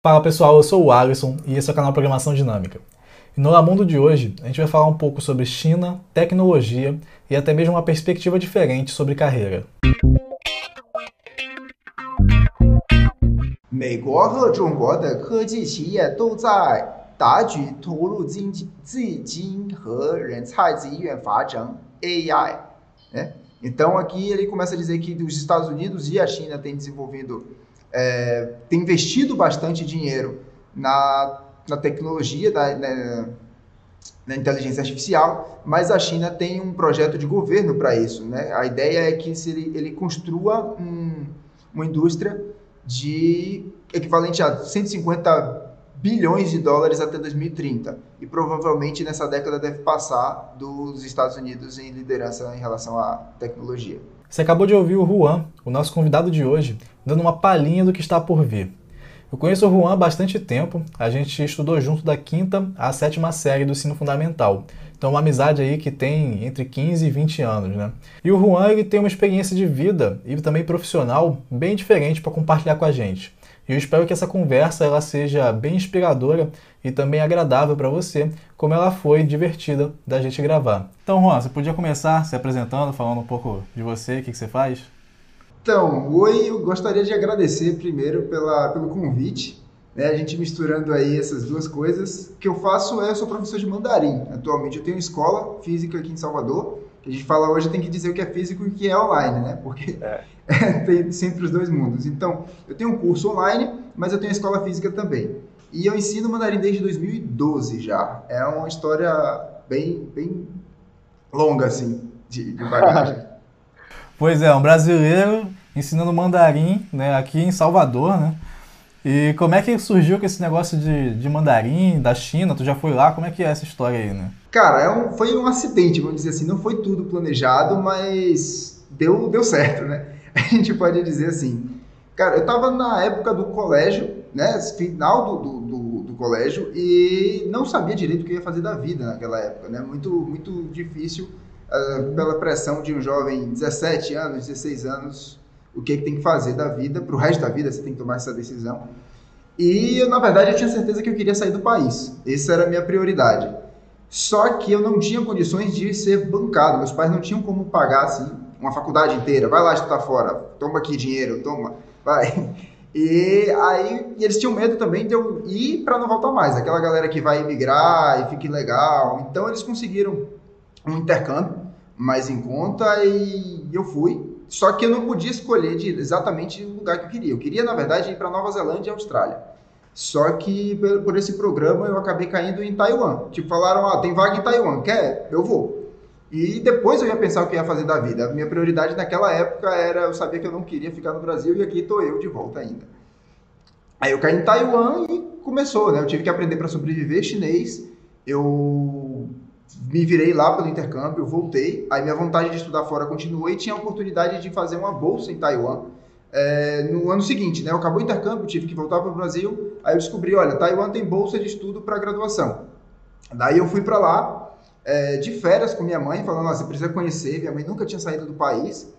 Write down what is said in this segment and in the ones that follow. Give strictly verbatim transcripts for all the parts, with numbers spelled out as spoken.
Fala pessoal, eu sou o Alisson e esse é o canal Programação Dinâmica. E no Mundo de hoje a gente vai falar um pouco sobre China, tecnologia e até mesmo uma perspectiva diferente sobre carreira. 美国和中国的科技企业都在大举投入资金和人才资源发展 A I. Né? Então aqui ele começa a dizer que os Estados Unidos e a China têm desenvolvido, é, têm investido bastante dinheiro na, na tecnologia, na, na, na inteligência artificial, mas a China tem um projeto de governo para isso. Né? A ideia é que se ele, ele construa um, uma indústria de equivalente a cento e cinquenta bilhões de dólares até dois mil e trinta. E provavelmente nessa década deve passar dos Estados Unidos em liderança em relação à tecnologia. Você acabou de ouvir o Juan, o nosso convidado de hoje, dando uma palhinha do que está por vir. Eu conheço o Juan há bastante tempo, a gente estudou junto da quinta à sétima série do ensino fundamental. Então uma amizade aí que tem entre quinze e vinte anos, né? E o Juan, ele tem uma experiência de vida e também profissional bem diferente para compartilhar com a gente. E eu espero que essa conversa ela seja bem inspiradora e também agradável para você, como ela foi divertida da gente gravar. Então, Juan, você podia começar se apresentando, falando um pouco de você, o que, que você faz? Então, oi, eu gostaria de agradecer primeiro pela, pelo convite, né? A gente misturando aí essas duas coisas. O que eu faço é, eu sou professor de mandarim. Atualmente eu tenho escola física aqui em Salvador. A gente fala hoje, tem que dizer o que é físico e o que é online, né? Porque é. tem sempre os dois mundos. Então, eu tenho um curso online, mas eu tenho escola física também. E eu ensino mandarim desde dois mil e doze já. É uma história bem, bem longa, assim, de, de bagagem. Pois é, um brasileiro ensinando mandarim, né, aqui em Salvador, né? E como é que surgiu com esse negócio de, de mandarim, da China? Tu já foi lá? Como é que é essa história aí, né? Cara, é um, foi um acidente, vamos dizer assim. Não foi tudo planejado, mas deu, deu certo, né? A gente pode dizer assim. Cara, eu tava na época do colégio, né? Final do, do, do, do colégio, e não sabia direito o que eu ia fazer da vida naquela época, né? Muito, muito difícil, uh, pela pressão de um jovem de dezessete anos, dezesseis anos, o que, é que tem que fazer da vida, pro resto da vida você tem que tomar essa decisão. E, eu, na verdade, eu tinha certeza que eu queria sair do país. Essa era a minha prioridade. Só que eu não tinha condições de ser bancado. Meus pais não tinham como pagar, assim, uma faculdade inteira. Vai lá estudar fora, toma aqui dinheiro, toma, vai. E aí e eles tinham medo também de eu ir para não voltar mais. Aquela galera que vai emigrar e fica ilegal. Então eles conseguiram um intercâmbio mais em conta e eu fui. Só que eu não podia escolher de exatamente o lugar que eu queria. Eu queria, na verdade, ir para Nova Zelândia e Austrália. Só que por esse programa eu acabei caindo em Taiwan. Tipo, falaram, ah, tem vaga em Taiwan, quer? Eu vou. E depois eu ia pensar o que ia fazer da vida. A minha prioridade naquela época era, eu sabia que eu não queria ficar no Brasil e aqui estou eu de volta ainda. Aí eu caí em Taiwan e começou, né? Eu tive que aprender para sobreviver chinês. Eu me virei lá pelo intercâmbio, voltei. Aí minha vontade de estudar fora continuou e tinha a oportunidade de fazer uma bolsa em Taiwan. É, no ano seguinte, né? Eu acabou o intercâmbio, tive que voltar para o Brasil. Aí eu descobri, olha, Taiwan tem bolsa de estudo para graduação. Daí eu fui para lá, é, de férias com minha mãe, falando, você precisa conhecer. Minha mãe nunca tinha saído do país.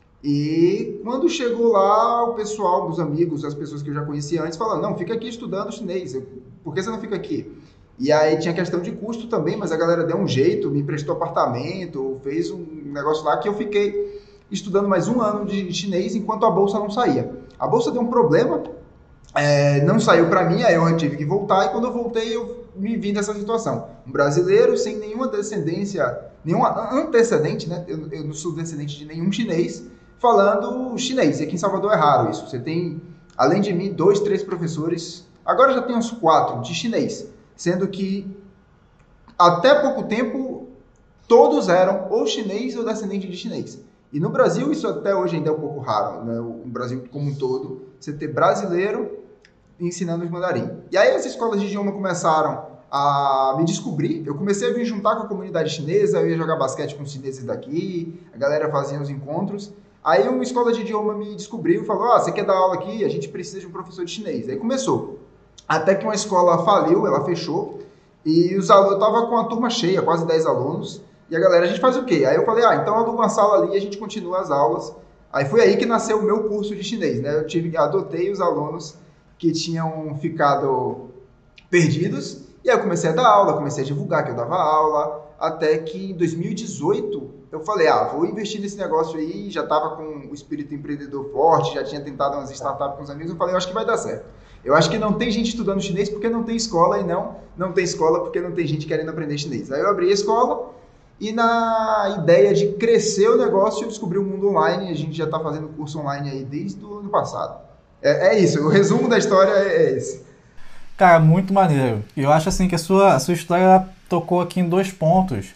E quando chegou lá, o pessoal, os amigos, as pessoas que eu já conhecia antes, falando, não, fica aqui estudando chinês. Eu, por que você não fica aqui? E aí tinha questão de custo também, mas a galera deu um jeito, me emprestou apartamento, fez um negócio lá que eu fiquei estudando mais um ano de chinês enquanto a bolsa não saía. A bolsa deu um problema, é, não saiu para mim, aí eu tive que voltar, e quando eu voltei eu me vi nessa situação. Um brasileiro sem nenhuma descendência, nenhuma antecedente, né? Eu, eu não sou descendente de nenhum chinês, falando chinês. E aqui em Salvador é raro isso. Você tem, além de mim, dois, três professores, agora já tem uns quatro de chinês, sendo que até pouco tempo todos eram ou chinês ou descendente de chinês. E no Brasil isso até hoje ainda é um pouco raro, né? O Brasil como um todo, você ter brasileiro ensinando os mandarim. E aí as escolas de idioma começaram a me descobrir, eu comecei a vir juntar com a comunidade chinesa, eu ia jogar basquete com os chineses daqui, a galera fazia os encontros. Aí uma escola de idioma me descobriu e falou, ah, você quer dar aula aqui? A gente precisa de um professor de chinês. Aí começou. Até que uma escola faliu, ela fechou, e os alunos, eu tava com a turma cheia, quase dez alunos, e a galera, a gente faz o quê? Aí eu falei, ah, então aluga uma sala ali e a gente continua as aulas. Aí foi aí que nasceu o meu curso de chinês, né? Eu tive, adotei os alunos que tinham ficado perdidos. E aí eu comecei a dar aula, comecei a divulgar que eu dava aula, até que em dois mil e dezoito eu falei, ah, vou investir nesse negócio aí, já estava com o espírito empreendedor forte, já tinha tentado umas startups com os amigos, eu falei, eu acho que vai dar certo. Eu acho que não tem gente estudando chinês porque não tem escola, e não, não tem escola porque não tem gente querendo aprender chinês. Aí eu abri a escola, e na ideia de crescer o negócio, eu descobri o mundo online, a gente já está fazendo curso online aí desde o ano passado. É, é isso, o resumo da história é, é esse. Cara, muito maneiro. E eu acho assim que a sua, a sua história tocou aqui em dois pontos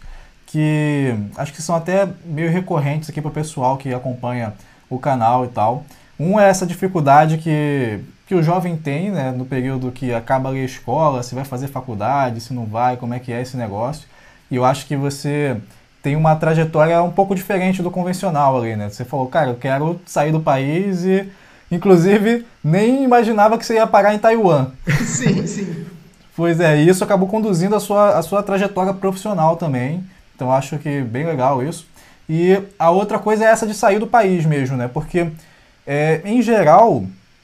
que acho que são até meio recorrentes aqui para o pessoal que acompanha o canal e tal. Um é essa dificuldade que, que o jovem tem, né, no período que acaba ali a escola, se vai fazer faculdade, se não vai, como é que é esse negócio. E eu acho que você tem uma trajetória um pouco diferente do convencional ali, né? Você falou, cara, eu quero sair do país e... Inclusive, nem imaginava que você ia parar em Taiwan. Sim, sim. Pois é, e isso acabou conduzindo a sua, a sua trajetória profissional também. Então, acho que bem legal isso. E a outra coisa é essa de sair do país mesmo, né? Porque, é, em geral,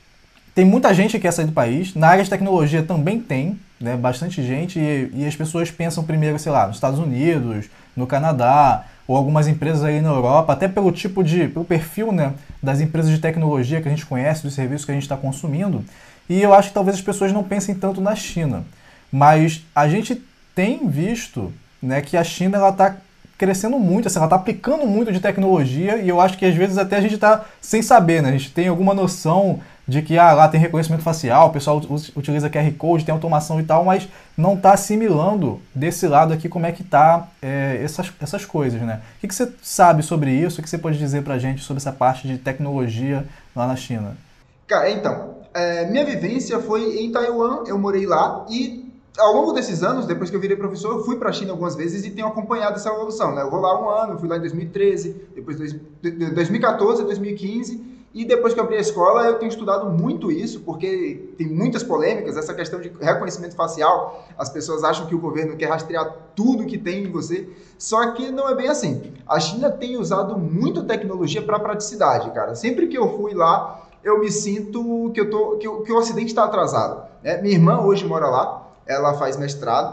tem muita gente que quer sair do país. Na área de tecnologia também tem, né? Bastante gente. E, e as pessoas pensam primeiro, sei lá, nos Estados Unidos, no Canadá, ou algumas empresas aí na Europa, até pelo tipo de, pelo perfil, né, das empresas de tecnologia que a gente conhece, dos serviços que a gente está consumindo. E eu acho que talvez as pessoas não pensem tanto na China. Mas a gente tem visto, né, que a China ela está crescendo muito, assim, ela está aplicando muito de tecnologia e eu acho que às vezes até a gente está sem saber, né? A gente tem alguma noção de que ah, lá tem reconhecimento facial, o pessoal utiliza Q R Code, tem automação e tal, mas não está assimilando desse lado aqui como é que está é, essas, essas coisas, né? O que, que você sabe sobre isso? O que você pode dizer pra gente sobre essa parte de tecnologia lá na China? Cara, então, é, minha vivência foi em Taiwan, eu morei lá e ao longo desses anos, depois que eu virei professor, eu fui para a China algumas vezes e tenho acompanhado essa evolução, né? Eu vou lá um ano, fui lá em dois mil e treze, depois dois mil e quatorze, dois mil e quinze, e depois que eu abri a escola eu tenho estudado muito isso, porque tem muitas polêmicas, essa questão de reconhecimento facial, as pessoas acham que o governo quer rastrear tudo que tem em você, só que não é bem assim. A China tem usado muito tecnologia para praticidade, cara. Sempre que eu fui lá, eu me sinto que, eu tô, que, que o Ocidente está atrasado, né? Minha irmã hoje mora lá, ela faz mestrado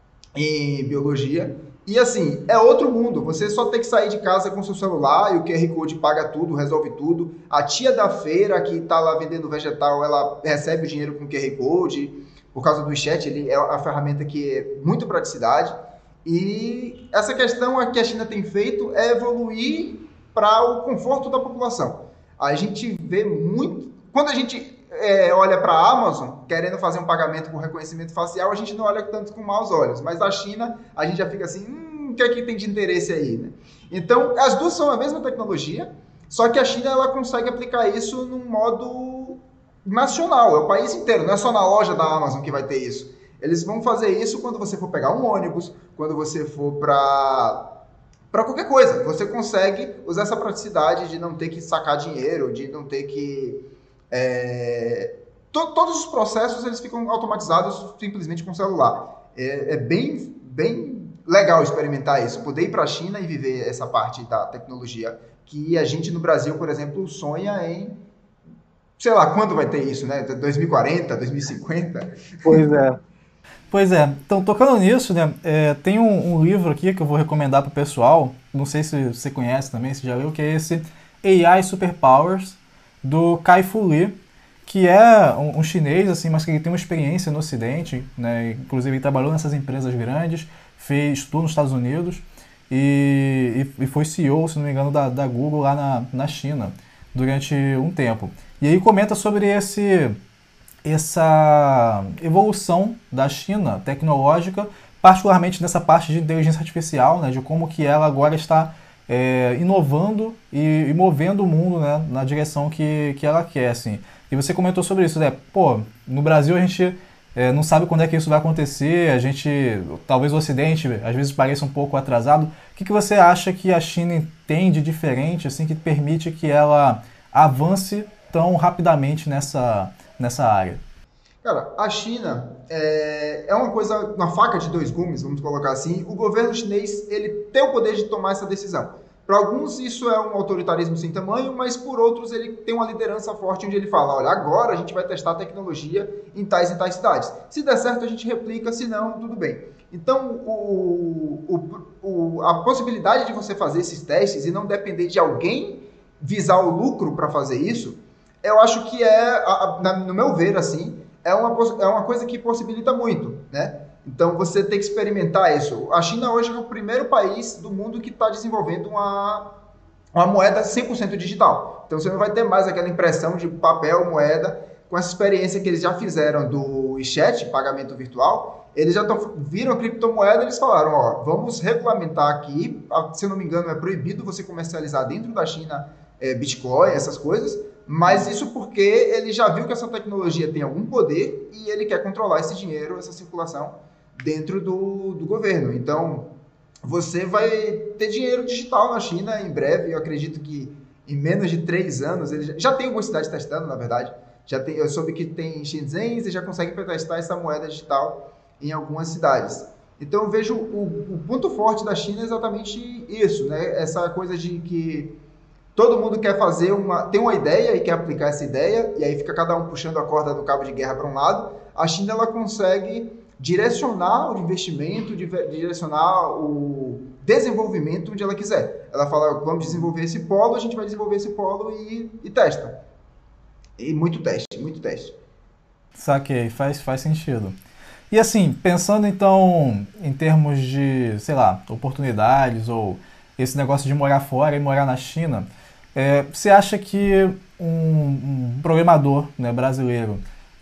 em biologia, e assim, é outro mundo, você só tem que sair de casa com seu celular e o Q R Code paga tudo, resolve tudo. A tia da feira que está lá vendendo vegetal, ela recebe o dinheiro com Q R Code, por causa do chat, ele é a ferramenta que é muito praticidade. E essa questão que a China tem feito é evoluir para o conforto da população. A gente vê muito... Quando a gente é, olha para a Amazon, querendo fazer um pagamento com reconhecimento facial, a gente não olha tanto com maus olhos. Mas a China, a gente já fica assim, hum, o que é que tem de interesse aí, né? Então, as duas são a mesma tecnologia, só que a China ela consegue aplicar isso num modo nacional, é o país inteiro, não é só na loja da Amazon que vai ter isso. Eles vão fazer isso quando você for pegar um ônibus, quando você for para... para qualquer coisa, você consegue usar essa praticidade de não ter que sacar dinheiro, de não ter que... É... To- todos os processos eles ficam automatizados simplesmente com o celular. É, é bem, bem legal experimentar isso, poder ir para a China e viver essa parte da tecnologia que a gente no Brasil, por exemplo, sonha em, sei lá, quando vai ter isso, né? dois mil e quarenta, dois mil e cinquenta? Pois é. Pois é, então tocando nisso, né, é, tem um, um livro aqui que eu vou recomendar para o pessoal, não sei se você conhece também, se já leu, que é esse A I Superpowers, do Kai-Fu Lee, que é um, um chinês, assim, mas que ele tem uma experiência no Ocidente, né, inclusive ele trabalhou nessas empresas grandes, fez estudou nos Estados Unidos e, e, e foi C E O, se não me engano, da, da Google lá na, na China durante um tempo. E aí comenta sobre esse... essa evolução da China tecnológica, particularmente nessa parte de inteligência artificial, né, de como que ela agora está é, inovando e, e movendo o mundo, né, na direção que, que ela quer, assim. E você comentou sobre isso, né? Pô, no Brasil a gente é, não sabe quando é que isso vai acontecer, a gente, talvez o Ocidente, às vezes pareça um pouco atrasado. O que, que você acha que a China tem de diferente, assim, que permite que ela avance tão rapidamente nessa nessa área? Cara, a China é, é uma coisa, uma faca de dois gumes, vamos colocar assim. O governo chinês, ele tem o poder de tomar essa decisão. Para alguns isso é um autoritarismo sem tamanho, mas por outros ele tem uma liderança forte onde ele fala, olha, agora a gente vai testar a tecnologia em tais e tais cidades. Se der certo a gente replica, se não, tudo bem. Então o, o, o, a possibilidade de você fazer esses testes e não depender de alguém visar o lucro para fazer isso, eu acho que é, no meu ver, assim, é uma, é uma coisa que possibilita muito, né? Então, você tem que experimentar isso. A China hoje é o primeiro país do mundo que está desenvolvendo uma, uma moeda cem por cento digital. Então, você não vai ter mais aquela impressão de papel, moeda. Com essa experiência que eles já fizeram do WeChat, pagamento virtual, eles já tão, viram a criptomoeda e eles falaram, ó, vamos regulamentar aqui, se eu não me engano, é proibido você comercializar dentro da China é, Bitcoin, essas coisas, mas isso porque ele já viu que essa tecnologia tem algum poder e ele quer controlar esse dinheiro, essa circulação dentro do, do governo. Então, você vai ter dinheiro digital na China em breve. Eu acredito que em menos de três anos, ele já, já tem algumas cidades testando, na verdade. Já tem, eu soube que tem Shenzhen e já consegue testar essa moeda digital em algumas cidades. Então, eu vejo o, o ponto forte da China é exatamente isso, né? Essa coisa de que todo mundo quer fazer uma, tem uma ideia e quer aplicar essa ideia, e aí fica cada um puxando a corda do cabo de guerra para um lado. A China, ela consegue direcionar o investimento, direcionar o desenvolvimento onde ela quiser. Ela fala, vamos desenvolver esse polo, a gente vai desenvolver esse polo e, e testa. E muito teste, muito teste. Saquei, faz, faz sentido. E assim, pensando então em termos de, sei lá, oportunidades ou esse negócio de morar fora e morar na China, é, você acha que um, um programador, né, brasileiro,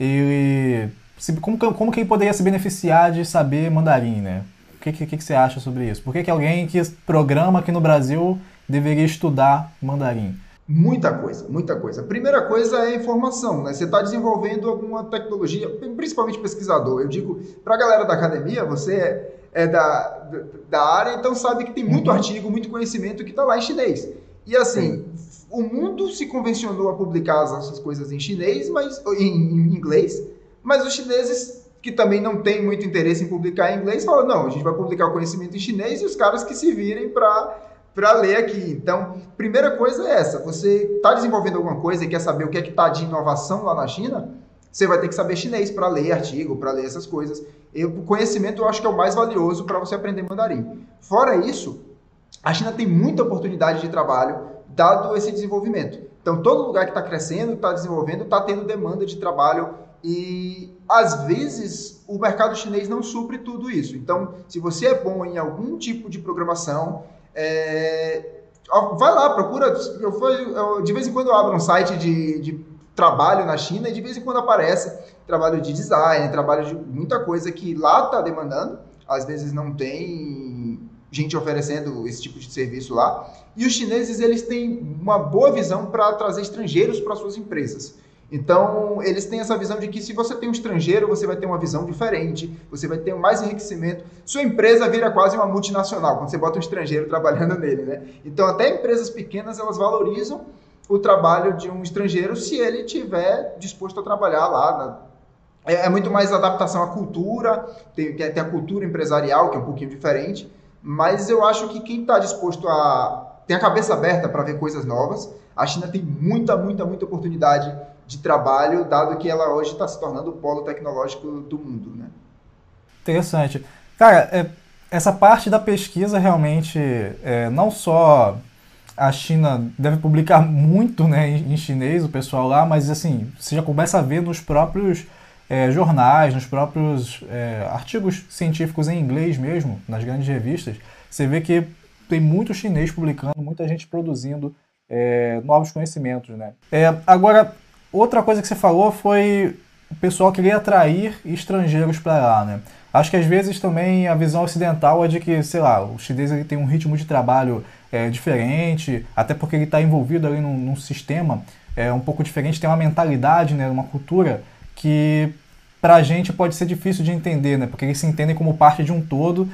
ele... Como, como que ele poderia se beneficiar de saber mandarim, né? O que, que, que você acha sobre isso? Por que, que alguém que programa aqui no Brasil deveria estudar mandarim? Muita coisa, muita coisa. A primeira coisa é a informação, né? Você está desenvolvendo alguma tecnologia, principalmente pesquisador. Eu digo, para a galera da academia, você é, é da, da área, então sabe que tem muito uhum. artigo, muito conhecimento que está lá em chinês. E assim, Sim. o mundo se convencionou a publicar essas coisas em chinês, mas em, em inglês, mas os chineses, que também não têm muito interesse em publicar em inglês, falam, não, a gente vai publicar o conhecimento em chinês e os caras que se virem para ler aqui. Então, primeira coisa é essa, você está desenvolvendo alguma coisa e quer saber o que é que está de inovação lá na China, você vai ter que saber chinês para ler artigo, para ler essas coisas. Eu, o conhecimento eu acho que é o mais valioso para você aprender mandarim. Fora isso, a China tem muita oportunidade de trabalho, dado esse desenvolvimento. Então, todo lugar que está crescendo, está desenvolvendo, está tendo demanda de trabalho. E, às vezes, o mercado chinês não supre tudo isso. Então, se você é bom em algum tipo de programação, é... vai lá, procura. Eu, eu, de vez em quando eu abro um site de, de trabalho na China e de vez em quando aparece trabalho de design, trabalho de muita coisa que lá está demandando. Às vezes não tem gente oferecendo esse tipo de serviço lá. E os chineses, eles têm uma boa visão para trazer estrangeiros para suas empresas. Então, eles têm essa visão de que se você tem um estrangeiro, você vai ter uma visão diferente, você vai ter mais enriquecimento. Sua empresa vira quase uma multinacional, quando você bota um estrangeiro trabalhando nele, né? Então, até empresas pequenas, elas valorizam o trabalho de um estrangeiro se ele estiver disposto a trabalhar lá. Na... É, é muito mais adaptação à cultura, tem, tem a cultura empresarial, que é um pouquinho diferente, mas eu acho que quem está disposto a... tem a cabeça aberta para ver coisas novas, a China tem muita, muita, muita oportunidade de trabalho, dado que ela hoje está se tornando o polo tecnológico do mundo, né? Interessante. Cara, é, essa parte da pesquisa realmente, é, não só a China deve publicar muito, né, em, em chinês, o pessoal lá, mas assim, você já começa a ver nos próprios é, jornais, nos próprios é, artigos científicos em inglês mesmo, nas grandes revistas, você vê que tem muito chinês publicando, muita gente produzindo é, novos conhecimentos, né? É, agora, outra coisa que você falou foi o pessoal querer atrair estrangeiros para lá, né? Acho que às vezes também a visão ocidental é de que, sei lá, o chinês ele tem um ritmo de trabalho é, diferente, até porque ele está envolvido ali num, num sistema é, um pouco diferente, tem uma mentalidade, né, uma cultura que para a gente pode ser difícil de entender, né? Porque eles se entendem como parte de um todo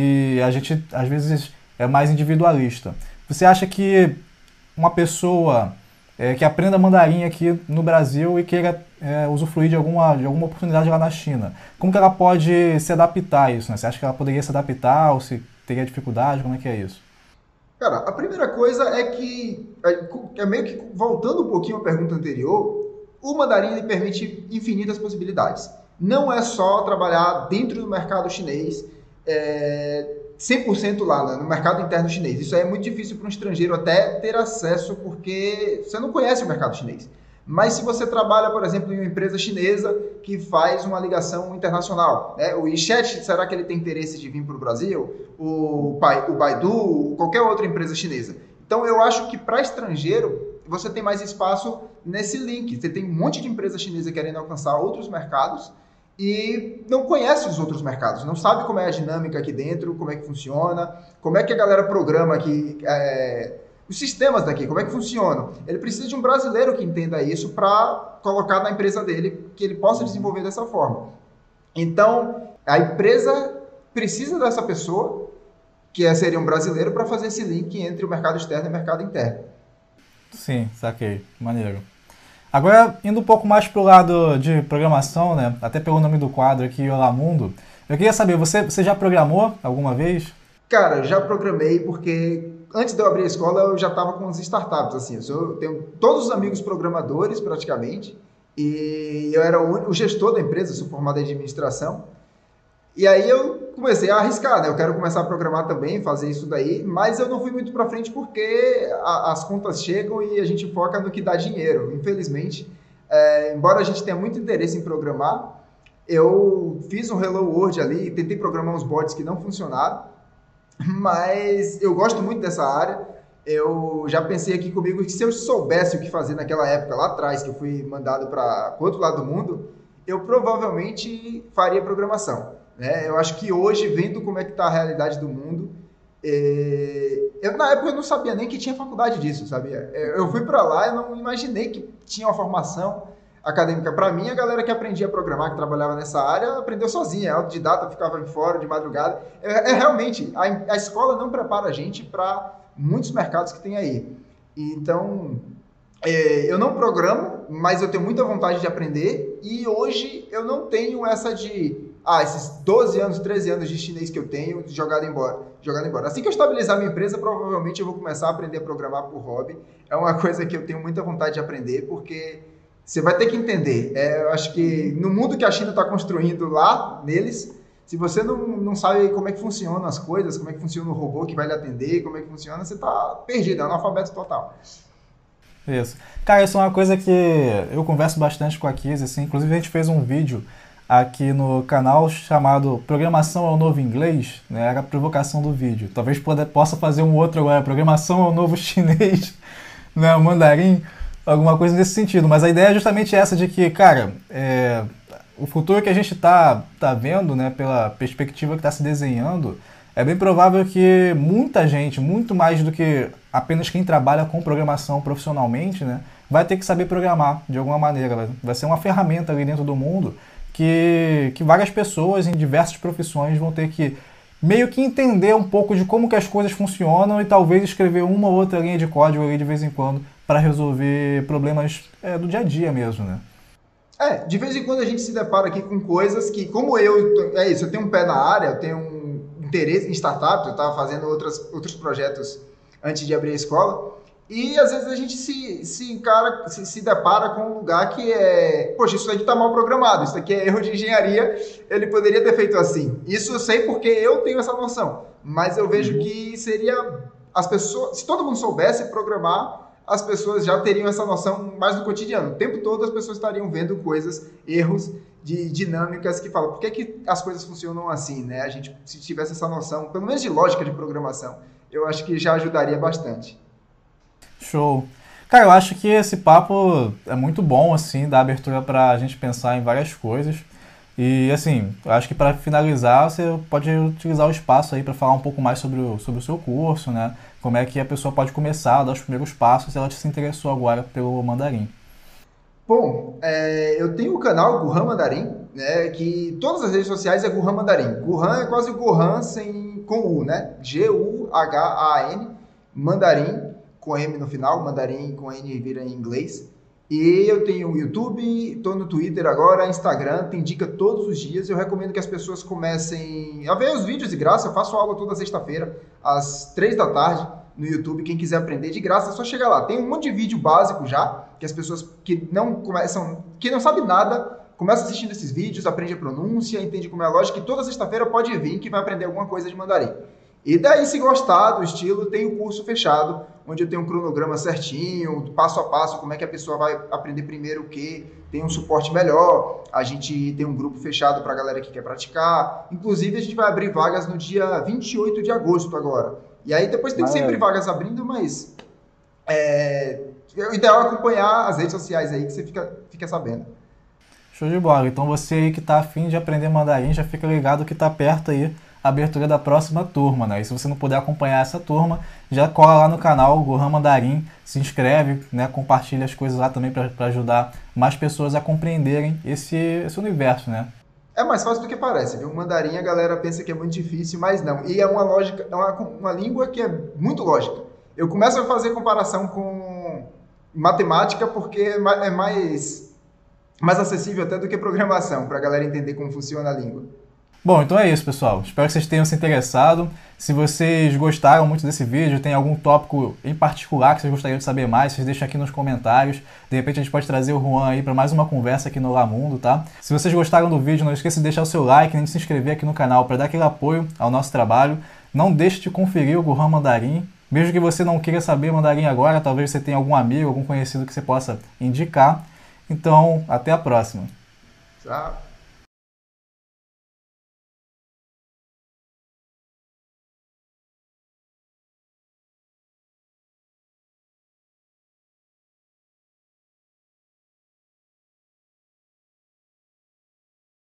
e a gente às vezes é mais individualista. Você acha que uma pessoa é, que aprenda mandarim aqui no Brasil e queira é, usufruir de alguma, de alguma oportunidade lá na China, como que ela pode se adaptar a isso, né? Você acha que ela poderia se adaptar ou se teria dificuldade? Como é que é isso? Cara, a primeira coisa é que, é é meio que voltando um pouquinho à pergunta anterior, o mandarim ele permite infinitas possibilidades. Não é só trabalhar dentro do mercado chinês, é, cem por cento lá, né, no mercado interno chinês. Isso aí é muito difícil para um estrangeiro até ter acesso, porque você não conhece o mercado chinês. Mas se você trabalha, por exemplo, em uma empresa chinesa que faz uma ligação internacional, né? O WeChat, será que ele tem interesse de vir para o Brasil? O, o Baidu, qualquer outra empresa chinesa. Então, eu acho que para estrangeiro, você tem mais espaço nesse link. Você tem um monte de empresa chinesa querendo alcançar outros mercados e não conhece os outros mercados, não sabe como é a dinâmica aqui dentro, como é que funciona, como é que a galera programa aqui, é, os sistemas daqui, como é que funcionam. Ele precisa de um brasileiro que entenda isso para colocar na empresa dele, que ele possa desenvolver dessa forma. Então, a empresa precisa dessa pessoa, que seria um brasileiro, para fazer esse link entre o mercado externo e o mercado interno. Sim, saquei. Maneiro. Agora, indo um pouco mais pro lado de programação, né? Até pelo nome do quadro aqui, Olá Mundo. Eu queria saber, você, você já programou alguma vez? Cara, eu já programei porque antes de eu abrir a escola eu já estava com as startups, assim. Eu sou- tenho todos os amigos programadores, praticamente, e eu era o, o gestor da empresa, sou formado em administração. E aí eu comecei a arriscar, né? Eu quero começar a programar também, fazer isso daí, mas eu não fui muito para frente porque a- as contas chegam e a gente foca no que dá dinheiro. Infelizmente, é, embora a gente tenha muito interesse em programar, eu fiz um Hello World ali, tentei programar uns bots que não funcionaram, mas eu gosto muito dessa área. Eu já pensei aqui comigo que se eu soubesse o que fazer naquela época lá atrás, que eu fui mandado para o outro lado do mundo, eu provavelmente faria programação, né? Eu acho que hoje, vendo como é que está a realidade do mundo, eh, eu na época eu não sabia nem que tinha faculdade disso, sabia? Eh, Eu fui para lá e não imaginei que tinha uma formação acadêmica. Para mim, a galera que aprendia a programar, que trabalhava nessa área, aprendeu sozinha, autodidata, ficava em fórum de madrugada. É, é realmente, a, a escola não prepara a gente para muitos mercados que tem aí. Então, é, eu não programo, mas eu tenho muita vontade de aprender e hoje eu não tenho essa de, ah, esses doze anos, treze anos de chinês que eu tenho jogado embora, jogado embora. Assim que eu estabilizar minha empresa, provavelmente eu vou começar a aprender a programar por hobby. É uma coisa que eu tenho muita vontade de aprender, porque você vai ter que entender. É, eu acho que no mundo que a China está construindo lá, neles, se você não, não sabe como é que funcionam as coisas, como é que funciona o robô que vai lhe atender, como é que funciona, você está perdido, é um analfabeto total. Isso. Cara, isso é uma coisa que eu converso bastante com a Kizzy, assim. Inclusive, a gente fez um vídeo aqui no canal chamado Programação é o Novo Inglês, né? Era a provocação do vídeo. Talvez pode- possa fazer um outro agora, Programação é o Novo Chinês, né? O Mandarim, alguma coisa nesse sentido. Mas a ideia é justamente essa de que, cara, é, o futuro que a gente tá, tá vendo, né, pela perspectiva que está se desenhando, é bem provável que muita gente, muito mais do que apenas quem trabalha com programação profissionalmente, né, vai ter que saber programar de alguma maneira. Vai, vai ser uma ferramenta ali dentro do mundo que, que várias pessoas em diversas profissões vão ter que meio que entender um pouco de como que as coisas funcionam e talvez escrever uma ou outra linha de código ali de vez em quando para resolver problemas é, do dia a dia mesmo, né? É, de vez em quando a gente se depara aqui com coisas que, como eu, é isso, eu tenho um pé na área, eu tenho um interesse em startup, eu estava fazendo outras, outros projetos antes de abrir a escola, e às vezes a gente se, se encara, se, se depara com um lugar que é, poxa, isso aqui está mal programado, isso aqui é erro de engenharia, ele poderia ter feito assim. Isso eu sei porque eu tenho essa noção, mas eu vejo Uhum. que seria, as pessoas, se todo mundo soubesse programar, as pessoas já teriam essa noção mais no cotidiano. O tempo todo as pessoas estariam vendo coisas, erros de dinâmicas que falam por que, que as coisas funcionam assim, né? A gente, se tivesse essa noção, pelo menos de lógica de programação, eu acho que já ajudaria bastante. Show. Cara, eu acho que esse papo é muito bom, assim, dá abertura pra gente pensar em várias coisas. E, assim, eu acho que para finalizar, você pode utilizar o espaço aí para falar um pouco mais sobre o, sobre o seu curso, né? Como é que a pessoa pode começar a dar os primeiros passos se ela se interessou agora pelo mandarim. Bom, é, eu tenho o canal Gurran Mandarim, né, que todas as redes sociais é Gurran Mandarim. Gurran é quase o Gohan sem, com U, né? G U H A N, Mandarim, com M no final, Mandarim com N vira em inglês. E eu tenho o YouTube, estou no Twitter agora, Instagram, tem dica todos os dias. Eu recomendo que as pessoas comecem a ver os vídeos de graça. Eu faço aula toda sexta-feira, às três da tarde, no YouTube, quem quiser aprender de graça, é só chegar lá. Tem um monte de vídeo básico já, que as pessoas que não começam, que não sabem nada, começam assistindo esses vídeos, aprende a pronúncia, entende como é a lógica, e toda sexta-feira pode vir que vai aprender alguma coisa de mandarim. E daí, se gostar do estilo, tem o curso fechado, onde eu tenho um cronograma certinho, passo a passo, como é que a pessoa vai aprender primeiro o quê, tem um suporte melhor, a gente tem um grupo fechado para a galera que quer praticar. Inclusive, a gente vai abrir vagas no dia vinte e oito de agosto agora. E aí, depois tem sempre vagas abrindo, mas é, o ideal é acompanhar as redes sociais aí, que você fica, fica sabendo. Show de bola. Então, você aí que está afim de aprender mandarim, já fica ligado que está perto aí a abertura da próxima turma, né? E se você não puder acompanhar essa turma, já cola lá no canal Gohan Mandarim, se inscreve, né? Compartilha as coisas lá também para ajudar mais pessoas a compreenderem esse, esse universo, né? É mais fácil do que parece, viu? O mandarim a galera pensa que é muito difícil, mas não. E é uma lógica, é uma, uma língua que é muito lógica. Eu começo a fazer comparação com matemática porque é mais, mais acessível até do que programação, para a galera entender como funciona a língua. Bom, então é isso, pessoal. Espero que vocês tenham se interessado. Se vocês gostaram muito desse vídeo, tem algum tópico em particular que vocês gostariam de saber mais, vocês deixam aqui nos comentários. De repente a gente pode trazer o Juan aí para mais uma conversa aqui no Lamundo, tá? Se vocês gostaram do vídeo, não esqueça de deixar o seu like e de se inscrever aqui no canal para dar aquele apoio ao nosso trabalho. Não deixe de conferir o Gohan Mandarim. Mesmo que você não queira saber mandarim agora, talvez você tenha algum amigo, algum conhecido que você possa indicar. Então, até a próxima. Tchau.